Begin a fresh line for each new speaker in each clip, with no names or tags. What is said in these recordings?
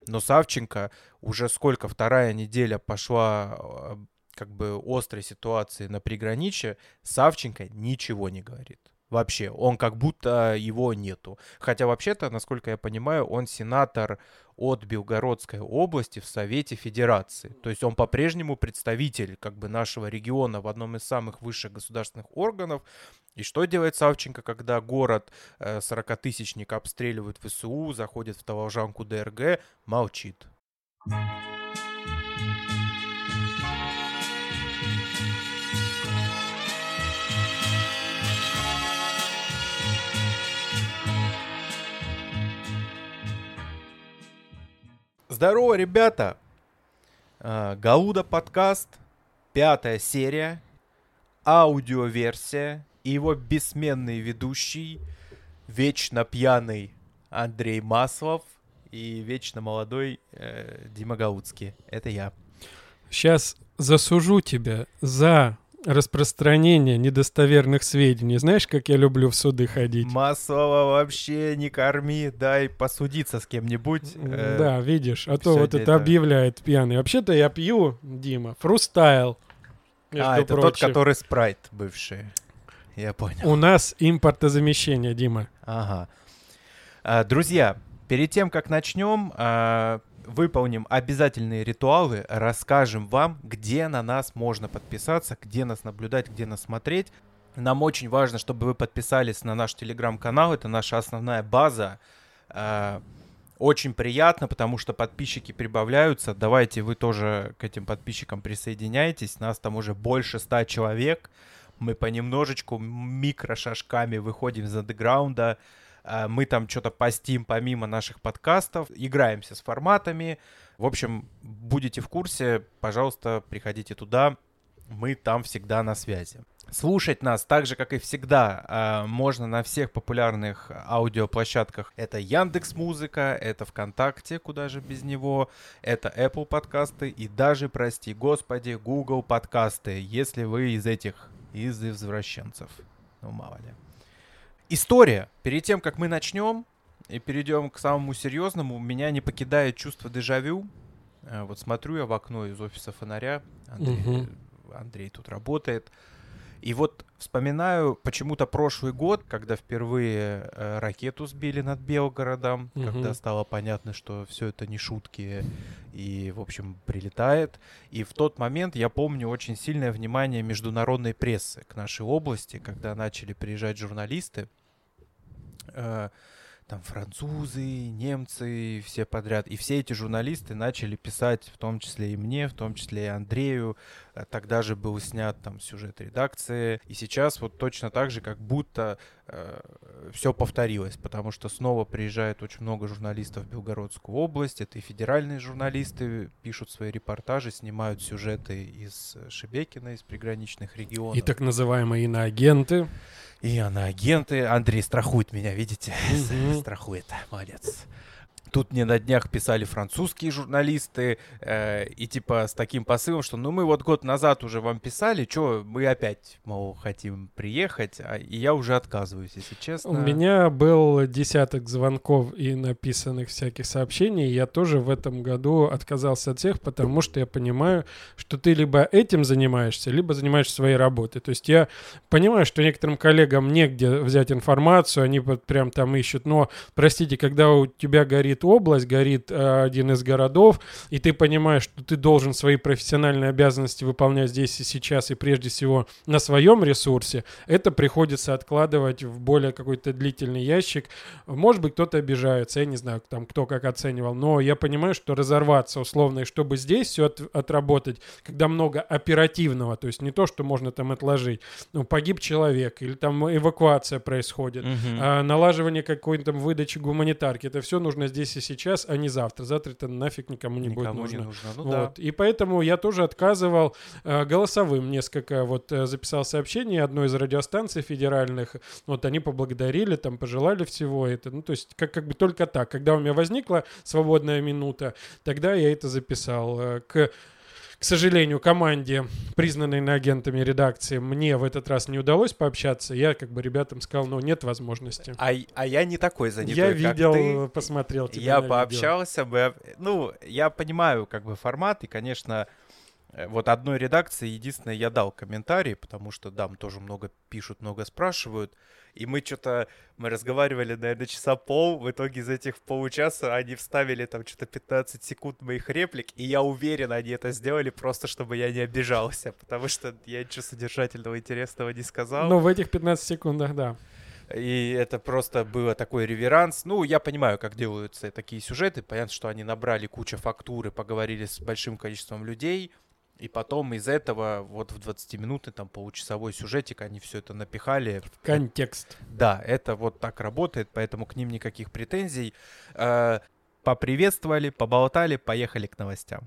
Но Савченко уже сколько, вторая неделя пошла как бы острой ситуации на приграничье, Савченко ничего не говорит. Вообще, он как будто его нету. Хотя вообще-то, насколько я понимаю, он сенатор от Белгородской области в Совете Федерации. То есть он по-прежнему представитель как бы нашего региона в одном из самых высших государственных органов. И что делает Савченко, когда город 40-тысячник обстреливают ВСУ, заходит в Таволжанку ДРГ? Молчит. Здорово, ребята! Галуда подкаст, 5-я серия, аудиоверсия и его бессменный ведущий, вечно пьяный Андрей Маслов и вечно молодой Дима Галудский. Это я.
Сейчас засужу тебя за распространение недостоверных сведений. Знаешь, как я люблю в суды ходить?
Маслова вообще не корми, дай посудиться с кем-нибудь.
Да, видишь, а то вот это объявляет пьяный. Вообще-то я пью, Дима, фрустайл.
Это тот, который спрайт бывший. Я понял.
У нас импортозамещение, Дима.
Ага. Друзья, перед тем, как начнем, выполним обязательные ритуалы, расскажем вам, где на нас можно подписаться, где нас наблюдать, где нас смотреть. Нам очень важно, чтобы вы подписались на наш телеграм-канал, это наша основная база. Очень приятно, потому что подписчики прибавляются. Давайте вы тоже к этим подписчикам присоединяйтесь. Нас там уже больше 100 человек. Мы понемножечку микрошажками выходим из андеграунда. Мы там что-то постим помимо наших подкастов, играемся с форматами. В общем, будете в курсе, пожалуйста, приходите туда. Мы там всегда на связи. Слушать нас так же, как и всегда, можно на всех популярных аудиоплощадках. Это Яндекс.Музыка, это ВКонтакте, куда же без него, это Apple подкасты и даже, прости господи, Google подкасты, если вы из извращенцев. Ну, мало ли. История. Перед тем, как мы начнем и перейдем к самому серьезному, меня не покидает чувство дежавю. Вот смотрю я в окно из офиса фонаря. Андрей тут работает. И вот вспоминаю почему-то прошлый год, когда впервые ракету сбили над Белгородом, когда стало понятно, что все это не шутки и, в общем, прилетает. И в тот момент я помню очень сильное внимание международной прессы к нашей области, когда начали приезжать журналисты. Там французы, немцы, все подряд. И все эти журналисты начали писать, в том числе и мне, в том числе и Андрею. Тогда же был снят там сюжет редакции. И сейчас вот точно так же, как будто все повторилось, потому что снова приезжает очень много журналистов в Белгородскую область. Это и федеральные журналисты пишут свои репортажи, снимают сюжеты из Шебекина, из приграничных регионов.
И так называемые иноагенты.
И иноагенты. Андрей страхует меня, видите? Страхует. Молодец. Тут мне на днях писали французские журналисты и типа с таким посылом, что ну мы вот год назад уже вам писали, что мы опять, мол, хотим приехать, и я уже отказываюсь, если честно.
У меня был десяток звонков и написанных всяких сообщений, и я тоже в этом году отказался от всех, потому что я понимаю, что ты либо этим занимаешься, либо занимаешься своей работой. То есть я понимаю, что некоторым коллегам негде взять информацию, они вот прям там ищут, но, простите, когда у тебя горит область, горит один из городов, и ты понимаешь, что ты должен свои профессиональные обязанности выполнять здесь и сейчас, и прежде всего на своем ресурсе, это приходится откладывать в более какой-то длительный ящик. Может быть, кто-то обижается, я не знаю, там, кто как оценивал, но я понимаю, что разорваться условно, и чтобы здесь все отработать, когда много оперативного, то есть не то, что можно там отложить, ну, погиб человек, или там эвакуация происходит, налаживание какой-то выдачи гуманитарки, это все нужно здесь и сейчас, а не завтра. Завтра это нафиг никому не будет нужно.
Ну,
вот.
да.
И поэтому я тоже отказывал голосовым несколько, вот записал сообщение одной из радиостанций федеральных, вот они поблагодарили, там пожелали всего это, ну то есть как бы только так. Когда у меня возникла свободная минута, тогда я это записал. К сожалению, команде, признанной иноагентами редакции, мне в этот раз не удалось пообщаться. Я как бы ребятам сказал, ну, нет возможности.
А я не такой занятой,
Я
как
видел,
ты.
посмотрел тебя
Я
на видео.
пообщался, ну, я понимаю как бы формат, и, конечно, вот одной редакции единственное я дал комментарий, потому что там тоже много пишут, много спрашивают. И мы разговаривали, наверное, часа пол. В итоге из этих получаса они вставили там что-то 15 секунд моих реплик. И я уверен, они это сделали просто, чтобы я не обижался. Потому что я ничего содержательного, интересного не сказал.
Ну, в этих 15 секундах, да.
И это просто было такой реверанс. Ну, я понимаю, как делаются такие сюжеты. Понятно, что они набрали кучу фактуры, поговорили с большим количеством людей. И потом из этого вот в 20-минутный, там, получасовой сюжетик они все это напихали.
Контекст.
Да, это вот так работает, поэтому к ним никаких претензий. Поприветствовали, поболтали, поехали к новостям.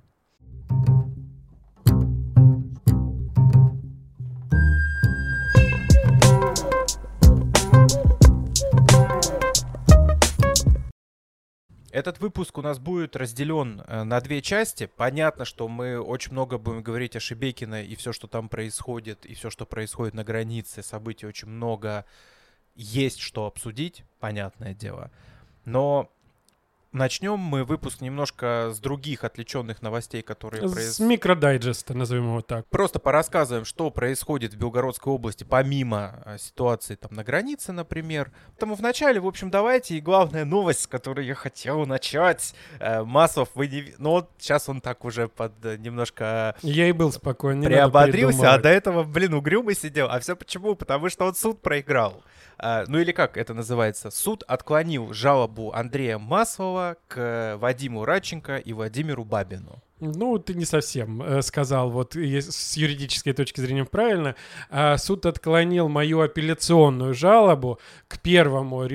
Этот выпуск у нас будет разделен на две части. Понятно, что мы очень много будем говорить о Шебекино и все, что там происходит, и все, что происходит на границе. Событий очень много. Есть что обсудить, понятное дело. Но начнем мы выпуск немножко с других отвлеченных новостей, которые
С микродайджеста, назовем его так.
Просто порассказываем, что происходит в Белгородской области, помимо ситуации там на границе, например. Потому вначале, в общем, давайте, и главная новость, с которой я хотел начать. Маслов, ну вот сейчас он так уже немножко...
Я и был спокойный.
Приободрился, а до этого, угрюмый сидел. А все почему? Потому что он суд проиграл. Ну или как это называется? Суд отклонил жалобу Андрея Маслова к Вадиму Радченко и Владимиру Бабину.
Ну, ты не совсем сказал, вот с юридической точки зрения правильно. Суд отклонил мою апелляционную жалобу к первому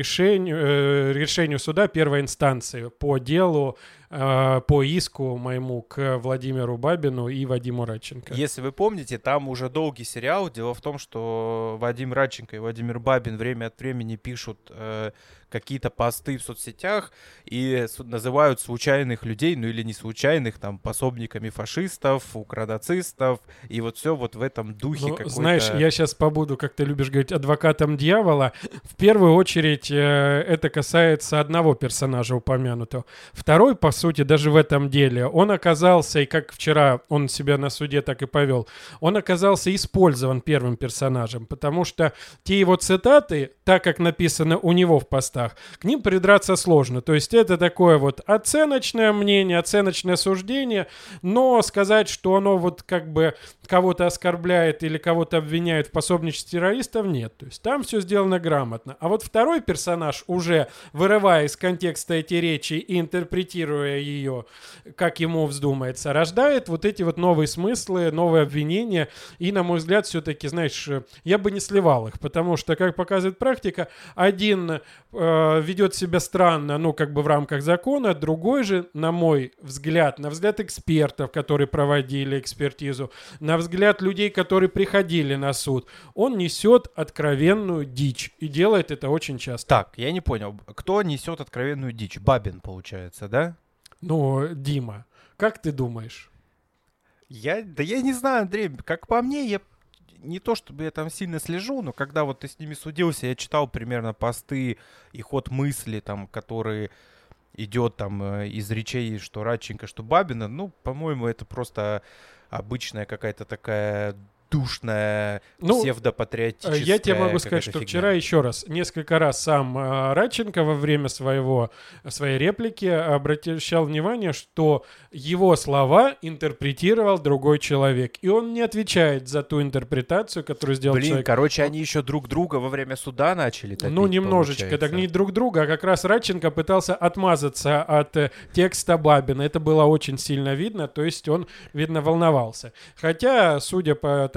решению суда первой инстанции по делу, по иску моему к Владимиру Бабину и Вадиму Радченко.
Если вы помните, там уже долгий сериал. Дело в том, что Вадим Радченко и Владимир Бабин время от времени пишут какие-то посты в соцсетях и называют случайных людей, ну или не случайных, там, пособниками фашистов, укронацистов, и вот все вот в этом духе какой-то...
Знаешь, я сейчас побуду, как ты любишь говорить, адвокатом дьявола. В первую очередь это касается одного персонажа упомянутого. Второй, по сути, даже в этом деле, он оказался, и как вчера он себя на суде так и повел, он оказался использован первым персонажем, потому что те его цитаты, так как написано у него в постах, к ним придраться сложно. То есть это такое вот оценочное мнение, оценочное суждение, но сказать, что оно вот как бы кого-то оскорбляет или кого-то обвиняет в пособничестве террористов, нет. То есть там все сделано грамотно. А вот второй персонаж, уже вырывая из контекста эти речи и интерпретируя ее, как ему вздумается, рождает вот эти вот новые смыслы, новые обвинения. И, на мой взгляд, все-таки, знаешь, я бы не сливал их, потому что, как показывает практика, один ведет себя странно, ну, как бы в рамках закона, другой же, на мой взгляд, на взгляд экспертов, которые проводили экспертизу, на взгляд людей, которые приходили на суд, он несет откровенную дичь и делает это очень часто.
Так, я не понял, кто несет откровенную дичь? Бабин, получается, да?
Ну, Дима, как ты думаешь?
Я не знаю, Андрей, как по мне, я не то чтобы я там сильно слежу, но когда вот ты с ними судился, я читал примерно посты и ход мысли, там, которые идет там из речей, что Радченко, что Бабина, ну, по-моему, это просто обычная какая-то такая душная, псевдопатриотическая...
Я тебе могу сказать, что вчера еще раз, несколько раз сам Радченко во время своей реплики обращал внимание, что его слова интерпретировал другой человек. И он не отвечает за ту интерпретацию, которую сделал человек.
Короче, они еще друг друга во время суда начали топить,
ну, немножечко. Так не друг друга, а как раз Радченко пытался отмазаться от текста Бабина. Это было очень сильно видно, то есть он, видно, волновался. Хотя, судя по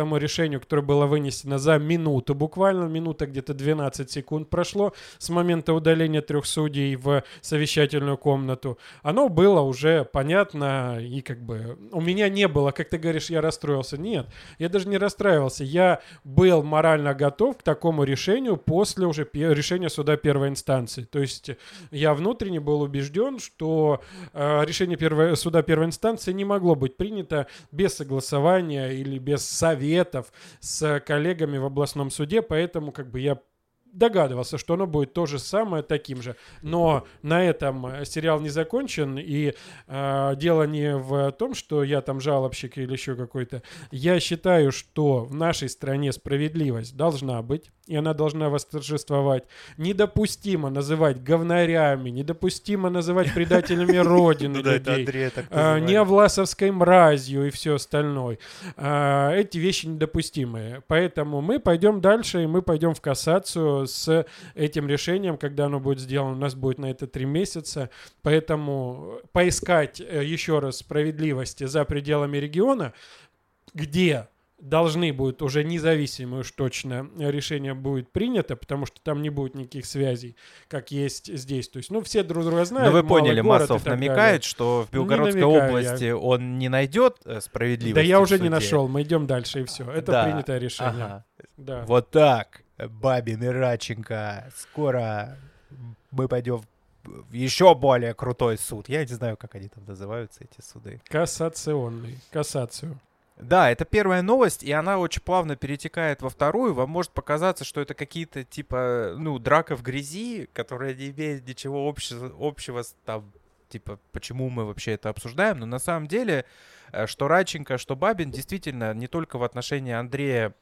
тому решению, которое было вынесено за минуту, буквально минута, где-то 12 секунд прошло с момента удаления 3 судей в совещательную комнату, оно было уже понятно, и как бы у меня не было, как ты говоришь, я расстроился. Нет, я даже не расстраивался. Я был морально готов к такому решению после уже решения суда первой инстанции. То есть я внутренне был убежден, что решение суда первой инстанции не могло быть принято без согласования или без советов с коллегами в областном суде, поэтому как бы я догадывался, что оно будет то же самое, таким же. Но на этом сериал не закончен, и дело не в том, что я там жалобщик или еще какой-то. Я считаю, что в нашей стране справедливость должна быть, и она должна восторжествовать. Недопустимо называть говнарями, недопустимо называть предателями Родины людей, неовласовской мразью и все остальное. Эти вещи недопустимые. Поэтому мы пойдем дальше, и мы пойдем в кассацию с этим решением, когда оно будет сделано. У нас будет на это 3 месяца. Поэтому поискать еще раз справедливости за пределами региона, где должны будут уже независимые уж точно решение будет принято, потому что там не будет никаких связей, как есть здесь. То есть, ну, все друг друга знают.
Но вы поняли, Маслов намекает, что в Белгородской области он не найдет справедливости.
Да я уже не нашел, мы идем дальше, и все. Это принятое решение.
Ага.
Да.
Вот так, Бабин и Радченко. Скоро мы пойдем в еще более крутой суд. Я не знаю, как они там называются, эти суды.
Кассационный. Кассацию.
Да, это первая новость, и она очень плавно перетекает во вторую. Вам может показаться, что это какие-то, типа, ну, драка в грязи, которая не имеет ничего общего с, там, типа, почему мы вообще это обсуждаем. Но на самом деле, что Радченко, что Бабин действительно не только в отношении Андрея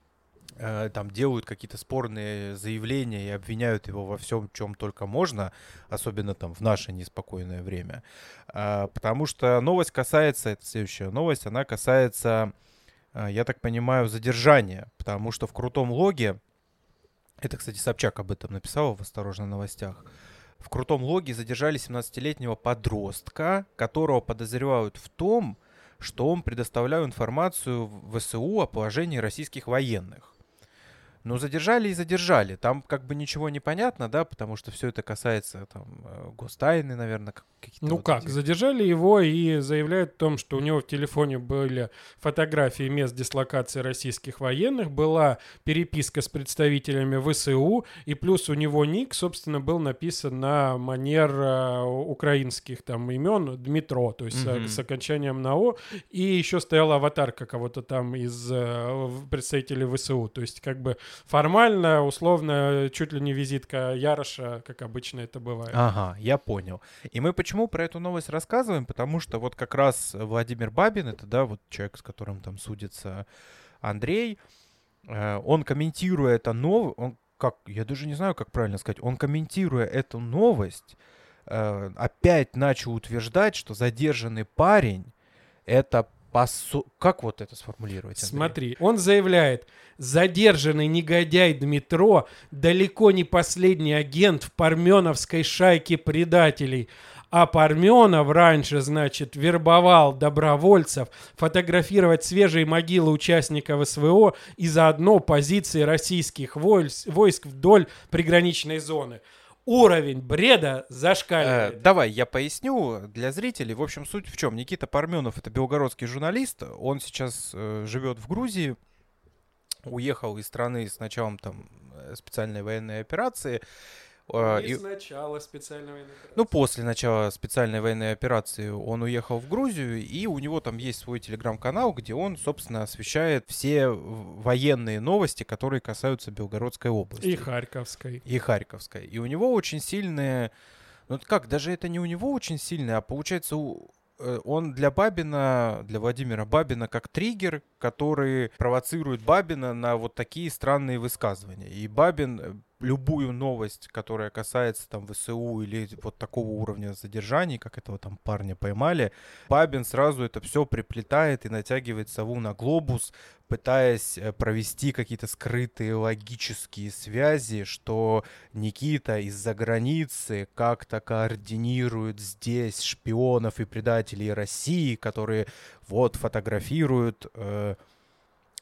там делают какие-то спорные заявления и обвиняют его во всем, чем только можно, особенно там в наше неспокойное время. Потому что новость касается, это следующая новость, она касается, я так понимаю, задержания. Потому что в крутом логе, это, кстати, Собчак об этом написал в «Осторожно, новостях», в крутом логе задержали 17-летнего подростка, которого подозревают в том, что он предоставлял информацию в ВСУ о положении российских военных. Ну, задержали и задержали. Там как бы ничего не понятно, да, потому что все это касается там гостайны, наверное, какие-то.
Ну
вот
как,
эти...
задержали его и заявляют о том, что у него в телефоне были фотографии мест дислокации российских военных, была переписка с представителями ВСУ, и плюс у него ник, собственно, был написан на манер украинских там имен Дмитро, то есть с окончанием на О, и еще стояла аватарка кого-то там из представителей ВСУ, то есть как бы формально, условно, чуть ли не визитка Яроша, как обычно это бывает.
Ага, я понял. И мы почему про эту новость рассказываем? Потому что вот как раз Владимир Бабин, это, да, вот человек, с которым там судится Андрей, он комментируя это новость, я даже не знаю, как правильно сказать, он комментируя эту новость, опять начал утверждать, что задержанный парень это как вот это сформулировать, Андрей?
Смотри, он заявляет, задержанный негодяй Дмитро далеко не последний агент в парменовской шайке предателей. А Парменов раньше, значит, вербовал добровольцев фотографировать свежие могилы участников СВО и заодно позиции российских войск вдоль приграничной зоны. Уровень бреда зашкаливает.
Давай я поясню для зрителей. В общем, суть в чем? Никита Парменов — это белгородский журналист. Он сейчас живет в Грузии. Уехал из страны с началом там специальной военной операции.
С начала специальной военной операции.
Ну, после начала специальной военной операции он уехал в Грузию, и у него там есть свой телеграм-канал, где он, собственно, освещает все военные новости, которые касаются Белгородской области.
И Харьковской.
И у него очень сильные... Ну, как, даже это не у него очень сильные, а получается он для Бабина, для Владимира Бабина, как триггер, который провоцирует Бабина на вот такие странные высказывания. И Бабин любую новость, которая касается там ВСУ или вот такого уровня задержаний, как этого там парня поймали, Бабин сразу это все приплетает и натягивает сову на глобус, пытаясь провести какие-то скрытые логические связи, что Никита из-за границы как-то координирует здесь шпионов и предателей России, которые вот фотографируют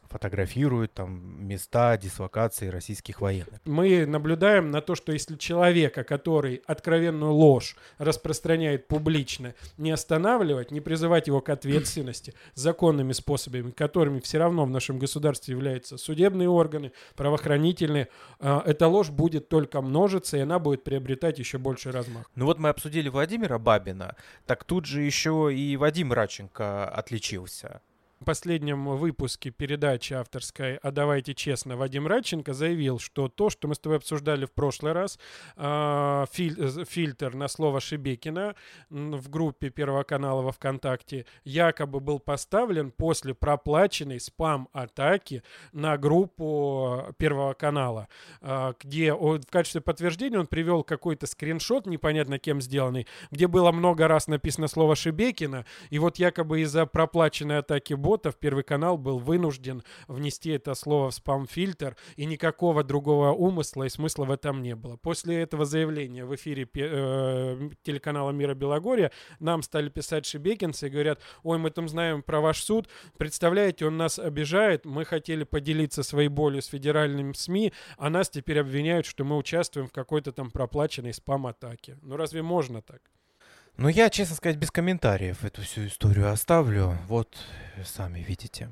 фотографируют там места дислокации российских военных.
Мы наблюдаем на то, что если человека, который откровенную ложь распространяет публично, не останавливать, не призывать его к ответственности законными способами, которыми все равно в нашем государстве являются судебные органы, правоохранительные, эта ложь будет только множиться, и она будет приобретать еще больше размах.
Ну вот мы обсудили Владимира Бабина, так тут же еще и Вадим Радченко отличился.
В последнем выпуске передачи авторской «А давайте честно» Вадим Радченко заявил, что то, что мы с тобой обсуждали в прошлый раз, фильтр на слово Шебекина в группе Первого канала во ВКонтакте якобы был поставлен после проплаченной спам-атаки на группу Первого канала, где в качестве подтверждения он привел какой-то скриншот, непонятно кем сделанный, где было много раз написано слово Шебекина, и вот якобы из-за проплаченной атаки ботов Первый канал был вынужден внести это слово в спам-фильтр, и никакого другого умысла и смысла в этом не было. После этого заявления в эфире телеканала «Мира Белогорья» нам стали писать шебекинцы и говорят: ой, мы там знаем про ваш суд, представляете, он нас обижает, мы хотели поделиться своей болью с федеральными СМИ, а нас теперь обвиняют, что мы участвуем в какой-то там проплаченной спам-атаке. Ну разве можно так?
Ну, я, честно сказать, без комментариев эту всю историю оставлю. Вот, сами видите.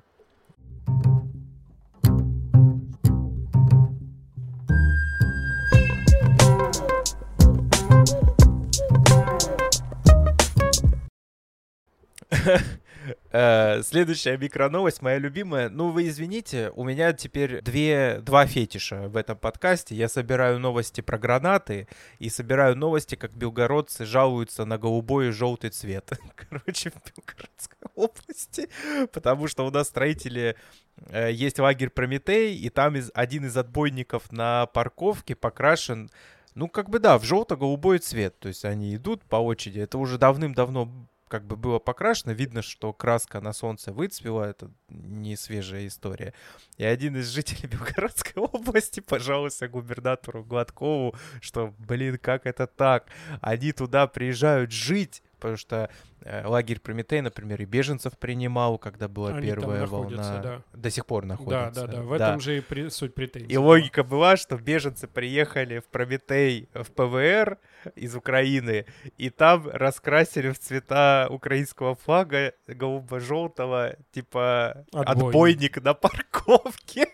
Следующая микроновость, моя любимая. Ну, вы извините, у меня теперь два фетиша в этом подкасте. Я собираю новости про гранаты и собираю новости, как белгородцы жалуются на голубой и желтый цвет. Короче, в Белгородской области. Потому что у нас строители... Есть лагерь Прометей, и там один из отбойников на парковке покрашен, ну, как бы, да, в желто-голубой цвет. То есть они идут по очереди. Это уже давным-давно как бы было покрашено, видно, что краска на солнце выцвела, это не свежая история. И один из жителей Белгородской области пожаловался губернатору Гладкову, что, блин, как это так? Они туда приезжают жить, потому что лагерь Прометей, например, и беженцев принимал, когда была
Они
первая
там
волна.
Да.
До сих пор находятся.
Да. В этом же и суть претензий.
И логика была, что беженцы приехали в Прометей, в ПВР из Украины, и там раскрасили в цвета украинского флага голубо-желтого, типа отбойник на парковке.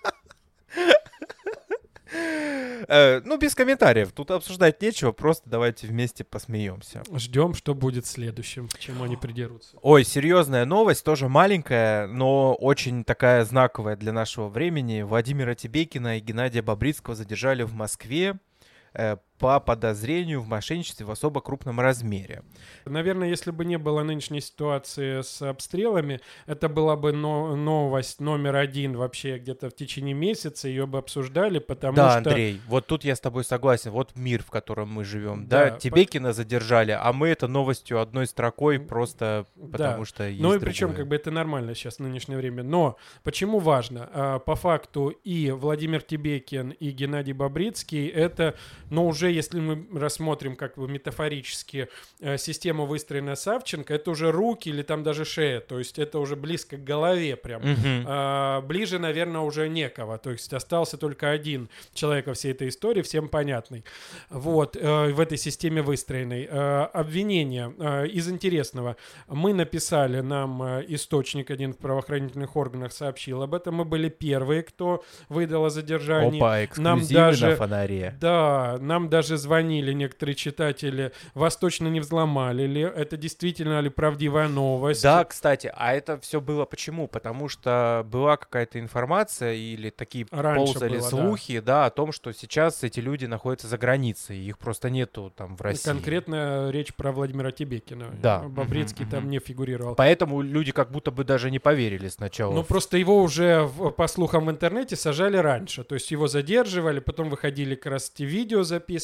Ну, без комментариев. Тут обсуждать нечего, просто давайте вместе посмеемся.
Ждем, что будет следующим, к чему они придерутся.
Ой, серьезная новость, тоже маленькая, но очень такая знаковая для нашего времени. Владимира Тебекина и Геннадия Бобрицкого задержали в Москве по подозрению в мошенничестве в особо крупном размере.
Наверное, если бы не было нынешней ситуации с обстрелами, это была бы новость номер один вообще где-то в течение месяца, ее бы обсуждали, потому
да,
что...
Да, Андрей, вот тут я с тобой согласен, вот мир, в котором мы живем. Да, Тебекина задержали, а мы это новостью одной строкой просто потому что есть
Ну и
другое.
причем как бы это нормально сейчас в нынешнее время. Но почему важно? По факту и Владимир Тебекин, и Геннадий Бобрицкий это, ну уже если мы рассмотрим как бы метафорически систему, выстроенная Савченко, это уже руки или там даже шея, то есть это уже близко к голове прям. Ближе, наверное, уже некого, то есть остался только один человек во всей этой истории, всем понятный. Вот, в этой системе выстроенной. Обвинение из интересного. Мы написали, нам источник один в правоохранительных органах сообщил об этом, мы были первые, кто выдал о задержании.
Опа, эксклюзивы на фонаре.
Да, нам даже звонили некоторые читатели, вас точно не взломали ли, это действительно ли правдивая новость?
Да, кстати, а это все было почему? Потому что была какая-то информация или такие
раньше
ползали
было,
слухи, да, о том, что сейчас эти люди находятся за границей, их просто нету там в России.
Конкретно речь про Владимира Тебекина.
Да.
Бобрицкий там не фигурировал.
Поэтому люди как будто бы даже не поверили сначала.
Ну, просто его уже, по слухам в интернете, сажали раньше. То есть его задерживали, потом выходили как раз эти видео записывали,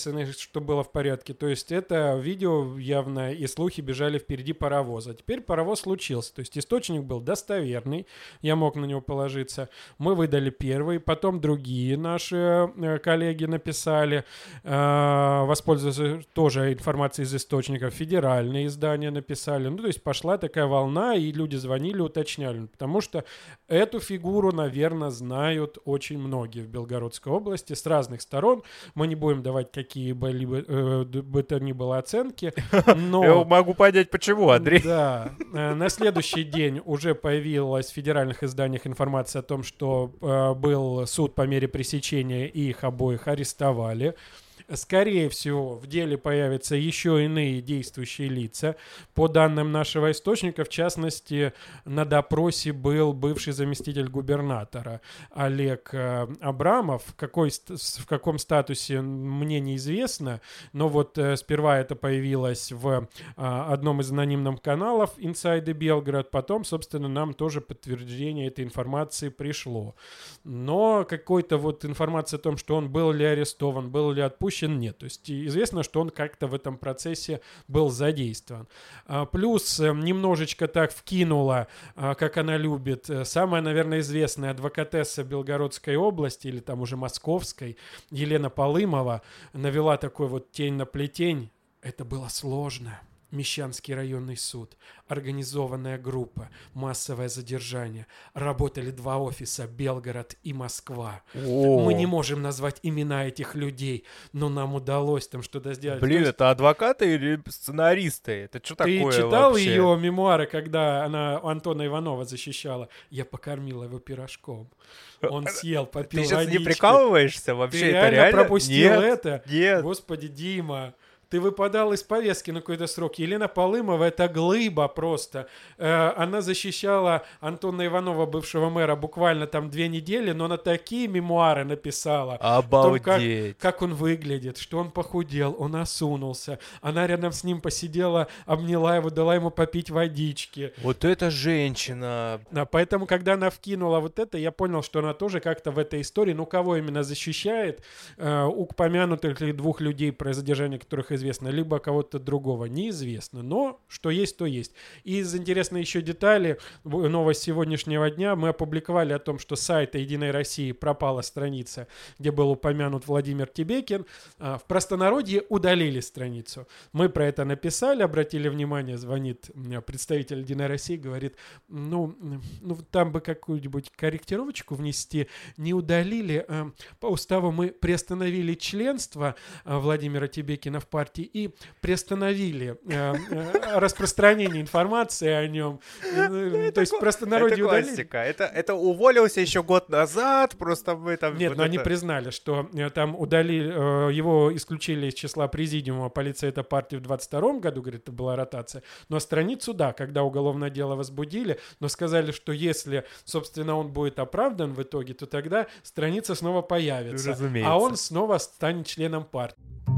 написано, что было в порядке. То есть это видео явно и слухи бежали впереди паровоза. Теперь паровоз случился. То есть источник был достоверный, я мог на него положиться. Мы выдали первый, потом другие наши коллеги написали, воспользоваться тоже информацией из источников, федеральные издания написали. Ну, то есть пошла такая волна, и люди звонили, уточняли. Потому что эту фигуру, наверное, знают очень многие в Белгородской области с разных сторон. Мы не будем давать какие бы то ни было оценки, но...
Я могу понять, почему, Андрей.
Да. На следующий день уже появилась в федеральных изданиях информация о том, что был суд по мере пресечения, и их обоих арестовали. Скорее всего, в деле появятся еще иные действующие лица. По данным нашего источника, в частности, на допросе был бывший заместитель губернатора Олег Абрамов. В каком статусе, мне неизвестно, но вот сперва это появилось в одном из анонимных каналов Inside Белгород, потом, собственно, нам тоже подтверждение этой информации пришло. Но какой-то вот информации о том, что он был ли арестован, был ли отпущен, нет. То есть известно, что он как-то в этом процессе был задействован. Плюс немножечко так вкинула, как она любит, самая, наверное, известная адвокатесса Белгородской области, или там уже Московской, Елена Полымова, навела такой вот тень на плетень. Это было сложно. Мещанский районный суд, организованная группа, массовое задержание. Работали 2 офиса, Белгород и Москва. Мы не можем назвать имена этих людей, но нам удалось там что-то сделать.
Блин, это адвокаты или сценаристы? Это что такое вообще?
Ты читал ее мемуары, когда она Антона Иванова защищала? Я покормила его пирожком. Он съел, попил водички.
Ты сейчас не прикалываешься? Вообще
Ты
это
реально пропустил это?
Нет.
Господи, Дима. Ты выпадал из повестки на какой-то срок. Елена Полымова — это глыба просто. Она защищала Антона Иванова, бывшего мэра, буквально там 2 недели, но она такие мемуары написала.
Обалдеть.
О том, как он выглядит, что он похудел, он осунулся. Она рядом с ним посидела, обняла его, дала ему попить водички.
Вот это женщина.
Поэтому, когда она вкинула вот это, я понял, что она тоже как-то в этой истории, ну, кого именно защищает, упомянутых ли 2 людей, про задержание которых известно, либо кого-то другого, неизвестно. Но что есть, то есть. И из интересной еще детали, новость сегодняшнего дня, мы опубликовали о том, что с сайта «Единой России» пропала страница, где был упомянут Владимир Тибекин. В простонародье удалили страницу. Мы про это написали, обратили внимание, звонит представитель «Единой России», говорит, ну там бы какую-нибудь корректировочку внести, не удалили. По уставу мы приостановили членство Владимира Тибекина в партии и приостановили распространение информации о нем. То есть простонародье удалили.
Это классика. Это уволился еще год назад, просто мы там...
Нет, но они признали, что там удалили, его исключили из числа президиума полицейта партии в 22 году, говорит, это была ротация. Но страницу, да, когда уголовное дело возбудили, но сказали, что если, собственно, он будет оправдан в итоге, то тогда страница снова появится.
Разумеется.
А он снова станет членом партии.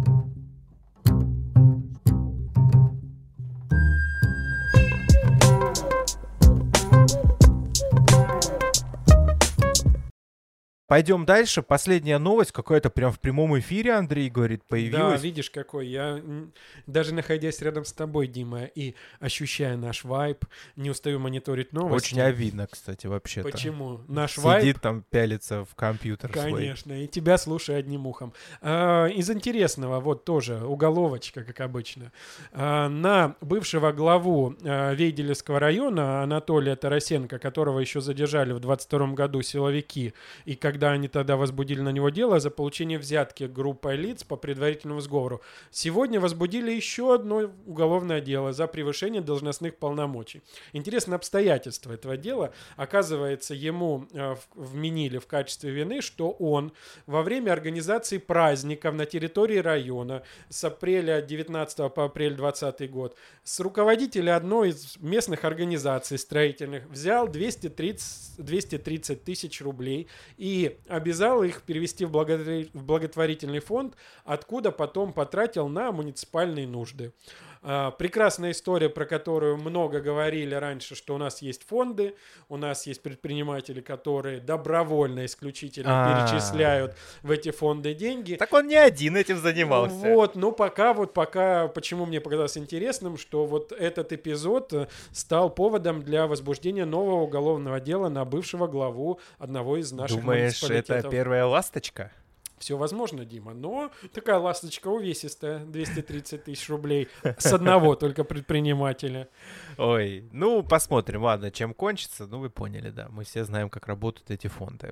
Пойдем дальше. Последняя новость, какая-то прям в прямом эфире, Андрей говорит, появилась.
Да, видишь, какой. Я, даже находясь рядом с тобой, Дима, и ощущая наш вайб, не устаю мониторить новости.
Очень обидно, кстати, вообще-то.
Почему? Наш
Сидит
вайб...
Сидит там, пялится в компьютер
Конечно, свой. И тебя слушаю одним ухом. Из интересного, вот тоже, уголовочка, как обычно. На бывшего главу Вейделевского района Анатолия Тарасенко, которого еще задержали в 22 году силовики, и когда они тогда возбудили на него дело за получение взятки группой лиц по предварительному сговору. Сегодня возбудили еще одно уголовное дело за превышение должностных полномочий. Интересное обстоятельство этого дела. Оказывается, ему вменили в качестве вины, что он во время организации праздников на территории района с апреля 19 по апрель 20 год с руководителя одной из местных организаций строительных взял 230 тысяч рублей и обязал их перевести в благотворительный фонд, откуда потом потратил на муниципальные нужды. Прекрасная история, про которую много говорили раньше, что у нас есть фонды, у нас есть предприниматели, которые добровольно, исключительно перечисляют в эти фонды деньги.
Так он не один этим занимался.
Вот, ну пока, почему мне показалось интересным, что вот этот эпизод стал поводом для возбуждения нового уголовного дела на бывшего главу одного из наших муниципалитетов.
Думаешь, это первая ласточка?
Все возможно, Дима, но такая ласточка увесистая, 230 тысяч рублей с одного только предпринимателя.
Ой, ну посмотрим, ладно, чем кончится, ну вы поняли, да, мы все знаем, как работают эти фонды.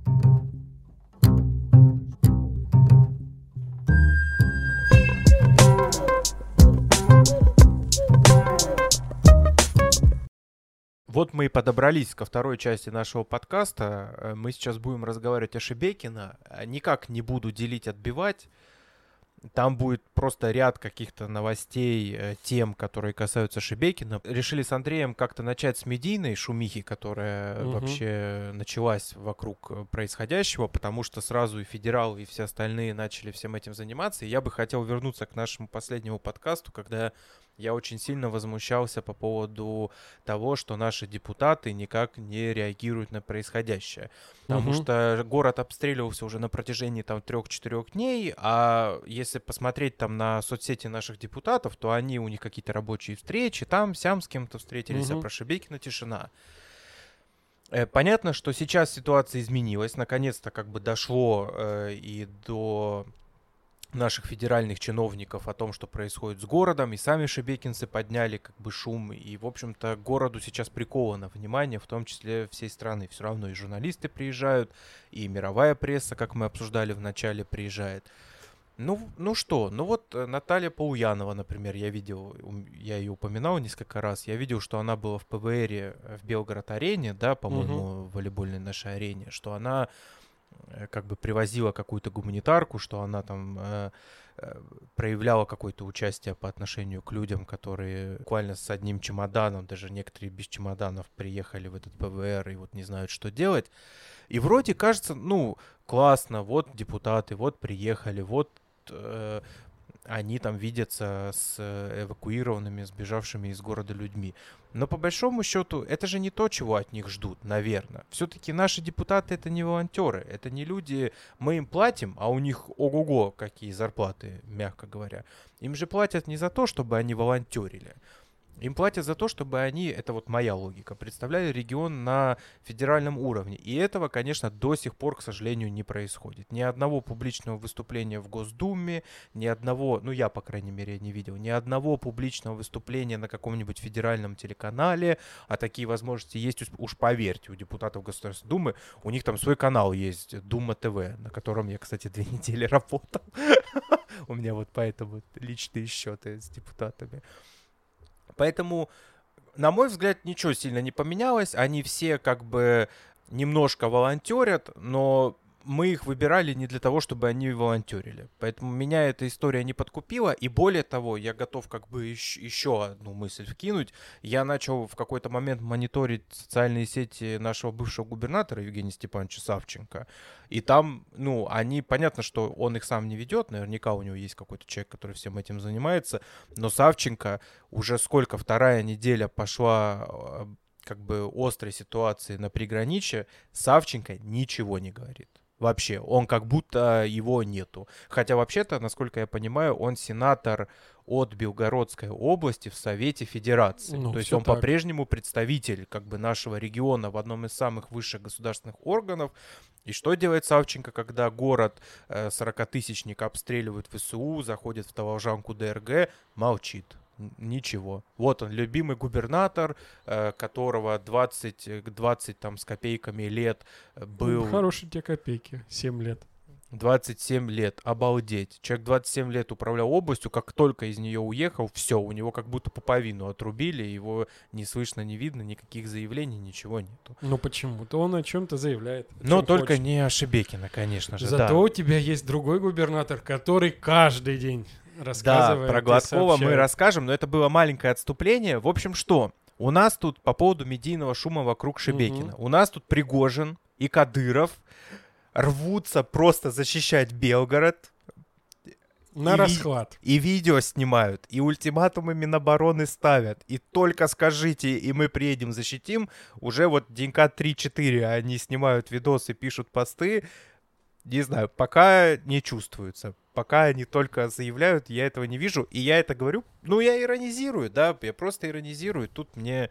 Вот мы и подобрались ко второй части нашего подкаста. Мы сейчас будем разговаривать о Шебекино. Никак не буду делить, отбивать. Там будет просто ряд каких-то новостей, тем, которые касаются Шебекина. Решили с Андреем как-то начать с медийной шумихи, которая вообще началась вокруг происходящего, потому что сразу и федерал, и все остальные начали всем этим заниматься. И я бы хотел вернуться к нашему последнему подкасту, когда я очень сильно возмущался по поводу того, что наши депутаты никак не реагируют на происходящее. Потому что город обстреливался уже на протяжении там 3-4 дней, а если посмотреть там на соцсети наших депутатов, то они, у них какие-то рабочие встречи, там, сям с кем-то встретились, а про Шебекино тишина. Понятно, что сейчас ситуация изменилась, наконец-то как бы дошло и до наших федеральных чиновников о том, что происходит с городом, и сами шебекинцы подняли как бы шум, и, в общем-то, городу сейчас приковано внимание, в том числе всей страны. Все равно и журналисты приезжают, и мировая пресса, как мы обсуждали в начале, приезжает. Ну что, ну вот Наталья Полуянова, например, я видел, я ее упоминал несколько раз, я видел, что она была в ПВРе в Белгород-арене, да, по-моему, в волейбольной нашей арене, что она как бы привозила какую-то гуманитарку, что она там проявляла какое-то участие по отношению к людям, которые буквально с одним чемоданом, даже некоторые без чемоданов приехали в этот ПВР и вот не знают, что делать. И вроде кажется, ну, классно, вот депутаты, вот приехали, вот они там видятся с эвакуированными, сбежавшими из города людьми. Но по большому счету это же не то, чего от них ждут, наверное. Все-таки наши депутаты это не волонтеры, это не люди, мы им платим, а у них ого-го какие зарплаты, мягко говоря. Им же платят не за то, чтобы они волонтерили. Им платят за то, чтобы они, это вот моя логика, представляли регион на федеральном уровне. И этого, конечно, до сих пор, к сожалению, не происходит. Ни одного публичного выступления в Госдуме, ни одного, ну я, по крайней мере, не видел, ни одного публичного выступления на каком-нибудь федеральном телеканале. А такие возможности есть, уж поверьте, у депутатов Государственной Думы. У них там свой канал есть, Дума ТВ, на котором я, кстати, 2 недели работал. У меня вот поэтому личные счеты с депутатами. Поэтому, на мой взгляд, ничего сильно не поменялось. Они все как бы немножко волонтерят, но мы их выбирали не для того, чтобы они волонтерили. Поэтому меня эта история не подкупила. И более того, я готов как бы еще одну мысль вкинуть. Я начал в какой-то момент мониторить социальные сети нашего бывшего губернатора Евгения Степановича Савченко. И там, ну, они, понятно, что он их сам не ведет. Наверняка у него есть какой-то человек, который всем этим занимается. Но Савченко уже сколько, 2-я неделя пошла как бы острой ситуации на приграничье, Савченко ничего не говорит. Вообще, он как будто его нету. Хотя вообще-то, насколько я понимаю, он сенатор от Белгородской области в Совете Федерации.
Ну,
то есть он так. По-прежнему представитель как бы нашего региона в одном из самых высших государственных органов. И что делает Савченко, когда город 40-тысячник обстреливает ВСУ, заходит в Таволжанку ДРГ, молчит. Ничего. Вот он, любимый губернатор, которого 20 там с копейками лет был...
Ну, хорошие те копейки, 7 лет.
27 лет, обалдеть. Человек 27 лет управлял областью, как только из нее уехал, все, у него как будто пуповину отрубили, его не слышно, не видно, никаких заявлений, ничего нету.
Ну почему-то он о чем-то заявляет.
Но только не о Шебекино, конечно же.
Зато у тебя есть другой губернатор, который каждый день рассказывает.
Да, про Гладкова мы расскажем, но это было маленькое отступление. В общем, что? У нас тут по поводу медийного шума вокруг Шебекина. У нас тут Пригожин и Кадыров рвутся просто защищать Белгород.
На расхват.
И видео снимают, и ультиматумы Минобороны ставят. И только скажите, и мы приедем, защитим. Уже вот денька 3-4 они снимают видосы, пишут посты. Не знаю, пока не чувствуется. Пока они только заявляют, я этого не вижу. И я это говорю, ну, я иронизирую, да, я просто иронизирую. Тут мне,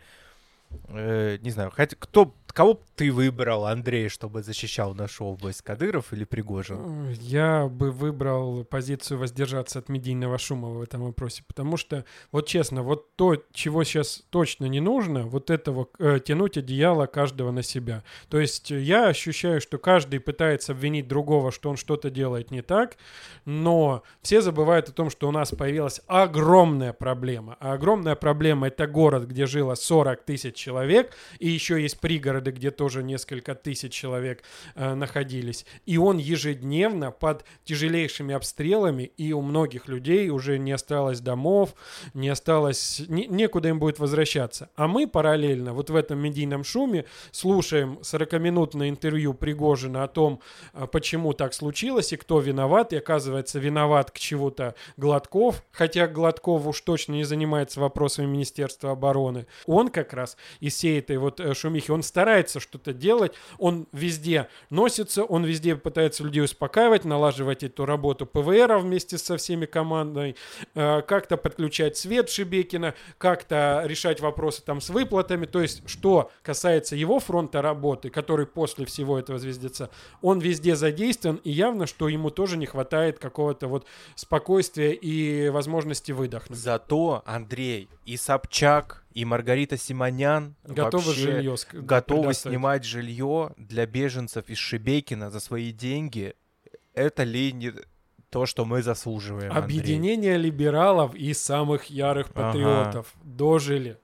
не знаю, кого ты выбрал, Андрей, чтобы защищал нашу область, Кадыров или Пригожин?
Я бы выбрал позицию воздержаться от медийного шума в этом вопросе, потому что, вот честно, вот то, чего сейчас точно не нужно, вот этого тянуть одеяло каждого на себя. То есть я ощущаю, что каждый пытается обвинить другого, что он что-то делает не так, но все забывают о том, что у нас появилась огромная проблема. А огромная проблема — это город, где жило 40 тысяч человек, и еще есть пригороды, где тоже несколько тысяч человек находились. И он ежедневно под тяжелейшими обстрелами, и у многих людей уже не осталось домов, не осталось, некуда им будет возвращаться. А мы параллельно вот в этом медийном шуме слушаем 40-минутное интервью Пригожина о том, почему так случилось и кто виноват. И оказывается, виноват к чему-то Гладков, хотя Гладков уж точно не занимается вопросами Министерства обороны. Он как раз из всей этой вот шумихи, он старается что-то делать, он везде носится, он везде пытается людей успокаивать, налаживать эту работу ПВР вместе со всеми командой, как-то подключать свет Шебекина, как-то решать вопросы там с выплатами. То есть, что касается его фронта работы, который после всего этого звездится, он везде задействован, и явно, что ему тоже не хватает какого-то вот спокойствия и возможности выдохнуть.
Зато Андрей и Собчак, и Маргарита Симонян
готовы
снимать жилье для беженцев из Шебекина за свои деньги. Это ли не то, что мы заслуживаем,
Объединение
Андрей?
Либералов и самых ярых патриотов.
Ага.
Дожили.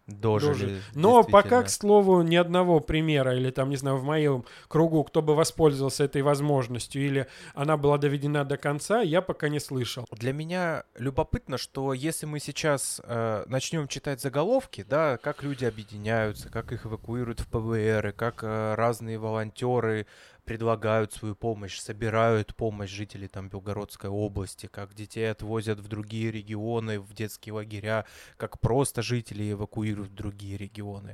Но пока, к слову, ни одного примера, или там, не знаю, в моем кругу, кто бы воспользовался этой возможностью, или она была доведена до конца, я пока не слышал.
Для меня любопытно, что если мы сейчас начнем читать заголовки, да, как люди объединяются, как их эвакуируют в ПВР, как разные волонтеры предлагают свою помощь, собирают помощь жителей там Белгородской области, как детей отвозят в другие регионы, в детские лагеря, как просто жители эвакуируют в другие регионы.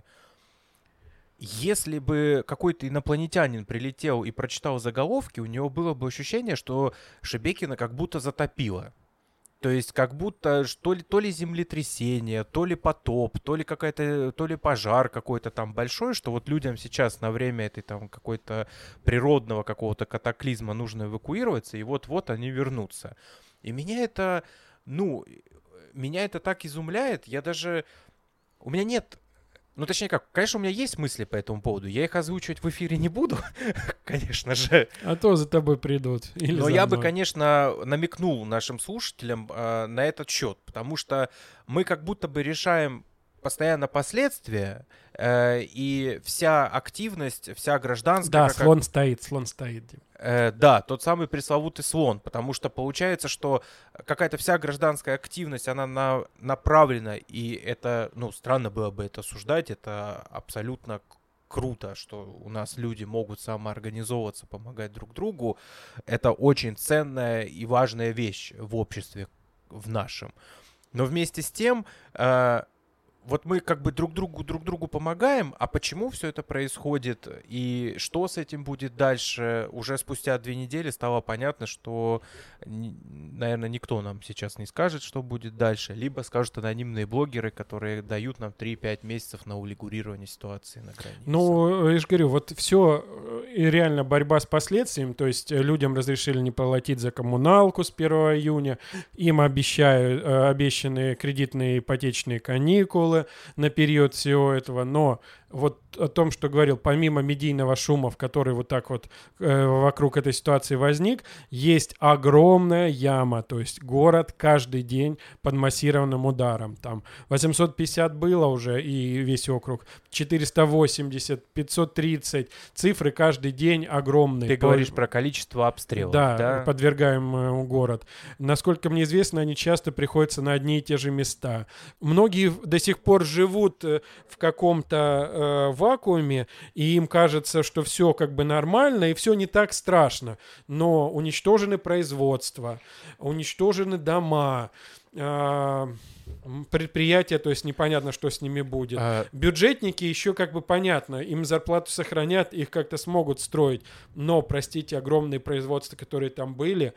Если бы какой-то инопланетянин прилетел и прочитал заголовки, у него было бы ощущение, что Шебекина как будто затопило. То есть как будто то ли землетрясение, то ли потоп, то ли пожар какой-то там большой, что вот людям сейчас на время этой там какой-то природного какого-то катаклизма нужно эвакуироваться, и вот-вот они вернутся. И меня это так изумляет, у меня нет... Ну, точнее как, конечно, у меня есть мысли по этому поводу. Я их озвучивать в эфире не буду, конечно же.
А то за тобой придут.
Но я бы, конечно, намекнул нашим слушателям на этот счет, потому что мы как будто бы решаем постоянно последствия, и вся активность, вся гражданская...
Да, слон стоит, Дим.
Да, тот самый пресловутый слон, потому что получается, что какая-то вся гражданская активность, она направлена, и это, странно было бы это осуждать, это абсолютно круто, что у нас люди могут самоорганизовываться, помогать друг другу. Это очень ценная и важная вещь в обществе, в нашем. Но вместе с тем... Вот мы как бы друг другу помогаем, а почему все это происходит и что с этим будет дальше? Уже спустя 2 недели стало понятно, что, наверное, никто нам сейчас не скажет, что будет дальше. Либо скажут анонимные блогеры, которые дают нам 3-5 месяцев на урегулирование ситуации на границе.
Ну, я же говорю, вот все и реально борьба с последствиями, то есть людям разрешили не платить за коммуналку с 1 июня, им обещанные кредитные ипотечные каникулы на период всего этого, но вот о том, что говорил, помимо медийного шума, в который вот так вот вокруг этой ситуации возник, есть огромная яма, то есть город каждый день под массированным ударом. Там 850 было уже и весь округ, 480, 530, цифры каждый день огромные.
Ты говоришь про количество обстрелов, да?
Да, подвергаем город. Насколько мне известно, они часто приходятся на одни и те же места. Многие до сих пор живут в каком-то вакууме, и им кажется, что все как бы нормально, и все не так страшно. Но уничтожены производства, уничтожены дома, предприятия, то есть непонятно, что с ними будет. Бюджетники еще как бы понятно, им зарплату сохранят, их как-то смогут строить, но, простите, огромные производства, которые там были,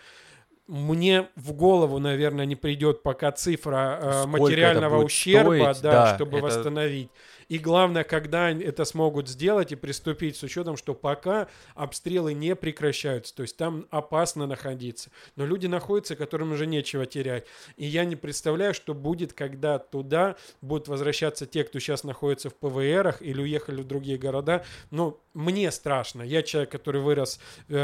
мне в голову, наверное, не придет пока цифра материального ущерба,
стоить, да,
чтобы восстановить. И главное, когда это смогут сделать и приступить с учетом, что пока обстрелы не прекращаются, то есть там опасно находиться. Но люди находятся, которым уже нечего терять. И я не представляю, что будет, когда туда будут возвращаться те, кто сейчас находится в ПВРах или уехали в другие города. Но мне страшно. Я человек, который вырос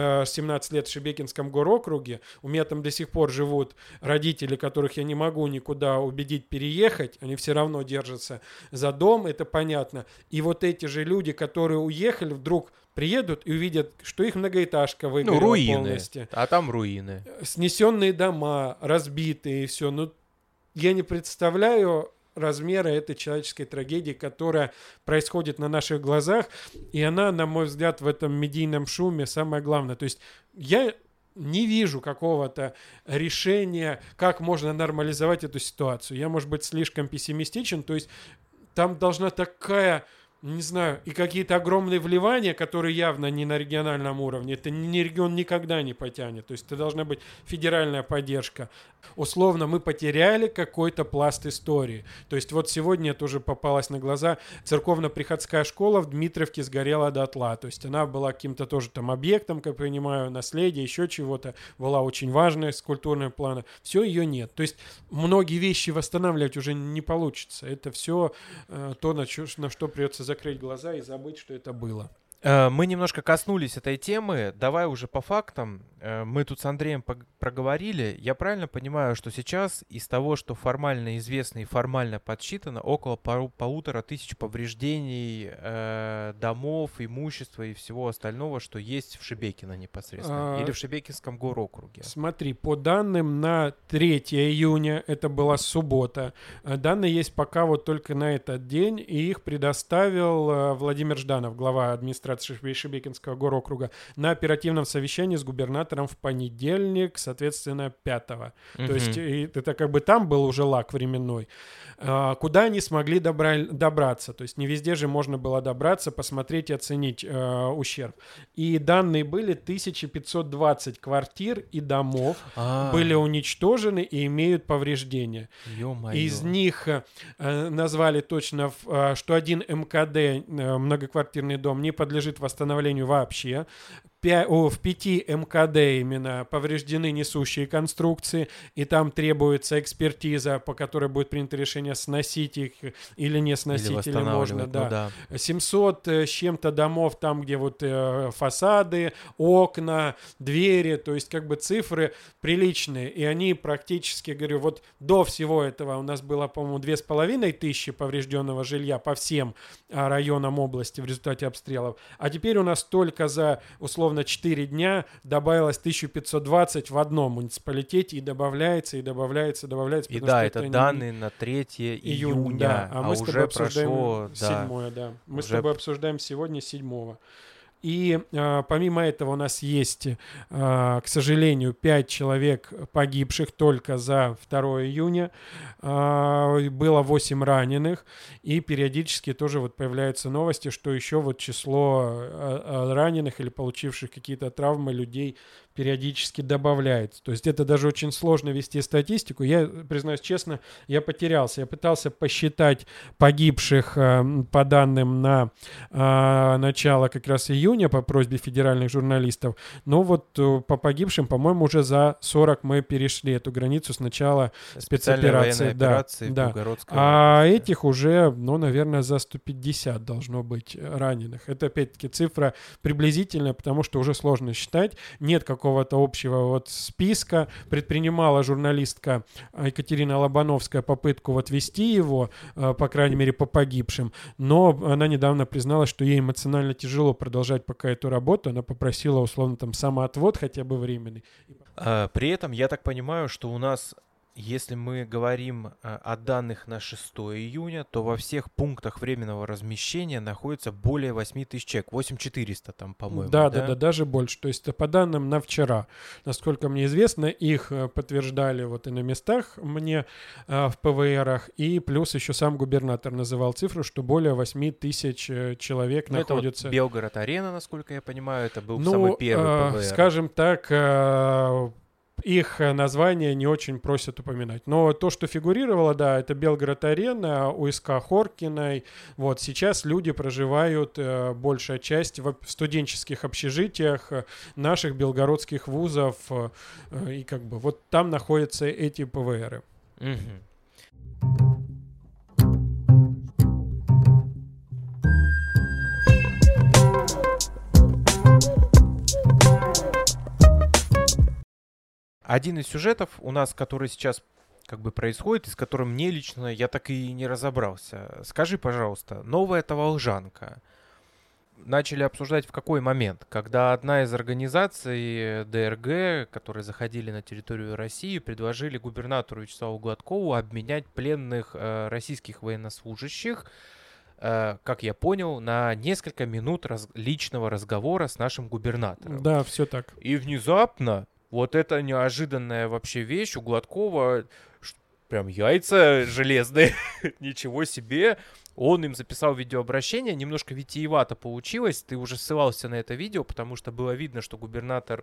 17 лет в Шебекинском горокруге. У меня там до сих пор живут родители, которых я не могу никуда убедить переехать. Они все равно держатся за дом. Это понятно. И вот эти же люди, которые уехали, вдруг приедут и увидят, что их многоэтажка выгорела полностью.
А там руины.
Снесенные дома, разбитые и все. Ну, я не представляю размера этой человеческой трагедии, которая происходит на наших глазах. И она, на мой взгляд, в этом медийном шуме самое главное. То есть я не вижу какого-то решения, как можно нормализовать эту ситуацию. Я, может быть, слишком пессимистичен. То есть там должна такая, не знаю, и какие-то огромные вливания, которые явно не на региональном уровне. Это ни регион никогда не потянет. То есть это должна быть федеральная поддержка. Условно, мы потеряли какой-то пласт истории. То есть вот сегодня тоже попалась на глаза церковно-приходская школа в Дмитровке сгорела дотла. То есть она была каким-то тоже там объектом, как я понимаю, наследия, еще чего-то. Была очень важная с культурного плана. Все, ее нет. То есть многие вещи восстанавливать уже не получится. Это все то, на что придется закрыть глаза и забыть, что это было.
Мы немножко коснулись этой темы. Давай уже по фактам. Мы тут с Андреем проговорили. Я правильно понимаю, что сейчас из того, что формально известно и формально подсчитано, около 1500 повреждений домов, имущества и всего остального, что есть в Шебекино непосредственно? Или в Шебекинском горокруге?
Смотри, по данным на 3 июня, это была суббота, данные есть пока вот только на этот день, и их предоставил Владимир Жданов, глава администрации Шебекинского горокруга, на оперативном совещании с губернатором в понедельник, соответственно, 5-го. То есть это как бы там был уже лаг временной. Куда они смогли добраться? То есть не везде же можно было добраться, посмотреть и оценить ущерб. И данные были: 1520 квартир и домов были уничтожены и имеют повреждения.
Ё-моё.
Из них назвали точно, что один МКД, многоквартирный дом, не подлежит восстановлению вообще. В 5 МКД именно повреждены несущие конструкции, и там требуется экспертиза, по которой будет принято решение сносить их или не сносить, или можно. Да. 700 с чем-то домов там, где вот фасады, окна, двери, то есть как бы цифры приличные, и они практически, говорю, вот до всего этого у нас было, по-моему, 2500 поврежденного жилья по всем районам области в результате обстрелов, а теперь у нас только за условно 4 дня добавилось 1520 в одном муниципалитете, и добавляется, и добавляется.
И да, это данные на 3 июня,
да, а мы с тобой обсуждаем
прошло
7, да. Мы с тобой обсуждаем сегодня 7. И помимо этого у нас есть, к сожалению, 5 человек погибших только за 2 июня. Было 8 раненых. И периодически тоже вот появляются новости, что еще вот число раненых или получивших какие-то травмы людей периодически добавляется. То есть это даже очень сложно вести статистику. Я, признаюсь честно, я потерялся. Я пытался посчитать погибших по данным на начало как раз июня по просьбе федеральных журналистов. Но вот по погибшим, по-моему, уже за 40 мы перешли эту границу с начала спецоперации. Да. А этих уже, ну, наверное, за 150 должно быть раненых. Это, опять-таки, цифра приблизительная, потому что уже сложно считать. Нет какого-то общего вот списка. Предпринимала журналистка Екатерина Лобановская попытку вот вести его, по крайней мере, по погибшим. Но она недавно призналась, что ей эмоционально тяжело продолжать пока эту работу. Она попросила, условно, там, самоотвод хотя бы временный.
При этом, я так понимаю, что у нас Если мы говорим о данных на 6 июня, то во всех пунктах временного размещения находится более 8 тысяч человек. 8400 там, по-моему,
Да, даже больше. То есть по данным на вчера, насколько мне известно, их подтверждали вот и на местах мне в ПВРах, и плюс еще сам губернатор называл цифру, что более 8 тысяч человек находится.
Это вот Белгород-арена, насколько я понимаю, это был самый первый ПВР.
Скажем так, их название не очень просят упоминать. Но то, что фигурировало, да, это Белгород-арена, УСК Хоркиной. Вот сейчас люди проживают, большая часть, в студенческих общежитиях наших белгородских вузов. И как бы вот там находятся эти ПВРы.
Один из сюжетов у нас, который сейчас как бы происходит, и с которым мне лично я так и не разобрался. Скажи, пожалуйста, новая Таволжанка начали обсуждать в какой момент? Когда одна из организаций ДРГ, которые заходили на территорию России, предложили губернатору Вячеславу Гладкову обменять пленных российских военнослужащих, как я понял, на несколько минут личного разговора с нашим губернатором.
Да, все так.
И внезапно вот эта неожиданная вообще вещь у Гладкова, прям яйца железные, ничего себе. Он им записал видеообращение, немножко витиевато получилось, ты уже ссылался на это видео, потому что было видно, что губернатор,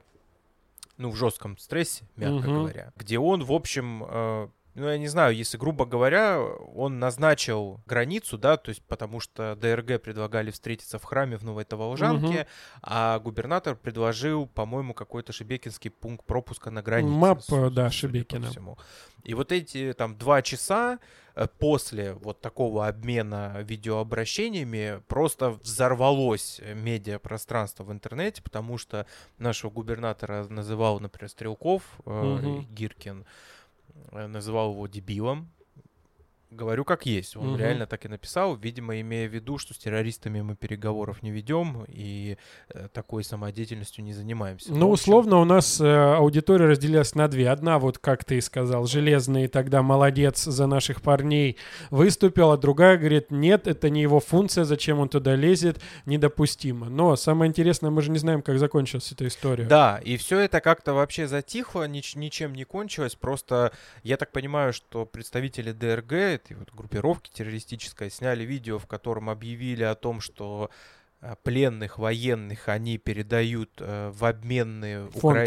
в жестком стрессе, мягко говоря, где он, в общем... я не знаю, если, грубо говоря, он назначил границу, да, то есть потому что ДРГ предлагали встретиться в храме в Новой Таволжанке, а губернатор предложил, по-моему, какой-то шебекинский пункт пропуска на границе.
МАП, да, Шебекина.
И вот эти там 2 часа после вот такого обмена видеообращениями просто взорвалось медиапространство в интернете, потому что нашего губернатора называл, например, Стрелков, Гиркин, называл его дебилом. Говорю как есть. Он реально так и написал, видимо, имея в виду, что с террористами мы переговоров не ведем и такой самодеятельностью не занимаемся.
Условно у нас аудитория разделилась на 2. Одна, вот как ты сказал, железный, тогда молодец за наших парней выступил, а другая говорит, нет, это не его функция, зачем он туда лезет, недопустимо. Но самое интересное, мы же не знаем, как закончилась эта история.
Да, и все это как-то вообще затихло, ничем не кончилось, просто я так понимаю, что представители ДРГ, этой вот группировки террористической, сняли видео, в котором объявили о том, что пленных военных они передают в обменный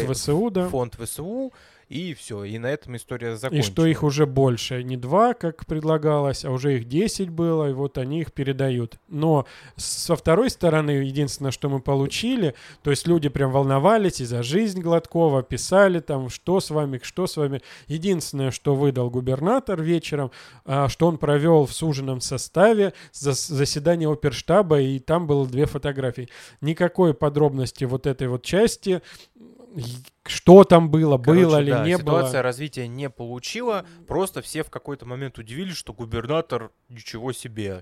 фонд ВСУ, и все, и на этом история закончилась.
И что их уже больше, не 2, как предлагалось, а уже их 10 было, и вот они их передают. Но со второй стороны, единственное, что мы получили, то есть люди прям волновались и за жизнь Гладкова, писали там, что с вами. Единственное, что выдал губернатор вечером, что он провел в суженном составе заседание оперштаба, и там было 2 фотографии. Никакой подробности вот этой вот части, что там было, было ли, не было.
Ситуация развития не получила, просто все в какой-то момент удивились, что губернатор ничего себе.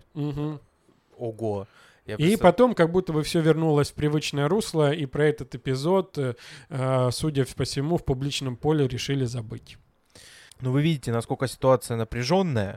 Ого.
И потом как будто бы все вернулось в привычное русло, и про этот эпизод, судя по всему, в публичном поле решили забыть.
Вы видите, насколько ситуация напряженная.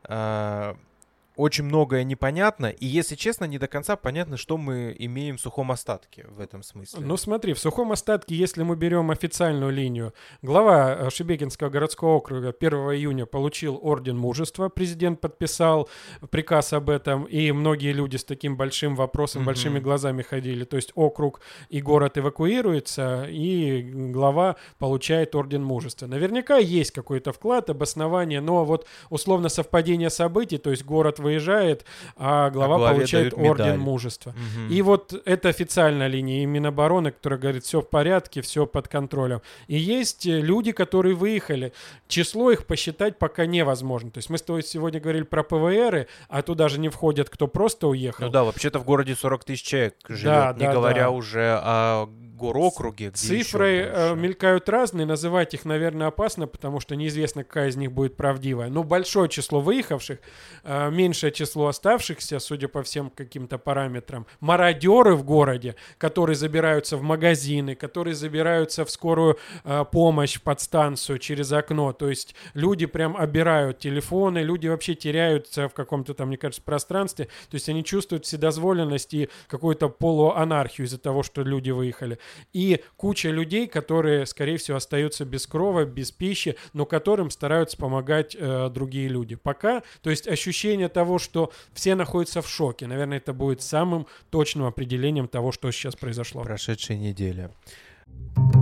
Очень многое непонятно, и, если честно, не до конца понятно, что мы имеем в сухом остатке в этом смысле.
Смотри, в сухом остатке, если мы берем официальную линию, глава Шебекинского городского округа 1 июня получил орден мужества, президент подписал приказ об этом, и многие люди с таким большим вопросом, большими глазами ходили, то есть округ и город эвакуируется, и глава получает орден мужества. Наверняка есть какой-то вклад, обоснование, но вот условно совпадение событий, то есть город выезжает, а глава получает орден мужества. И вот это официальная линия и Минобороны, которая говорит, все в порядке, все под контролем. И есть люди, которые выехали. Число их посчитать пока невозможно. То есть мы с тобой сегодня говорили про ПВРы, а туда же не входят, кто просто уехал.
Вообще-то в городе 40 тысяч человек живет, не говоря уже о горокруге, где
цифры
еще больше.
мелькают разные, называть их, наверное, опасно, потому что неизвестно, какая из них будет правдивая. Но большое число выехавших, меньшее число оставшихся, судя по всем каким-то параметрам, мародеры в городе, которые забираются в магазины, которые забираются в скорую помощь, в подстанцию через окно. То есть люди прям обирают телефоны, люди вообще теряются в каком-то там, мне кажется, пространстве. То есть они чувствуют вседозволенность и какую-то полуанархию из-за того, что люди выехали. И куча людей, которые, скорее всего, остаются без крова, без пищи, но которым стараются помогать другие люди. Пока, то есть ощущение того, что все находятся в шоке. Наверное, это будет самым точным определением того, что сейчас произошло.
Прошедшей недели.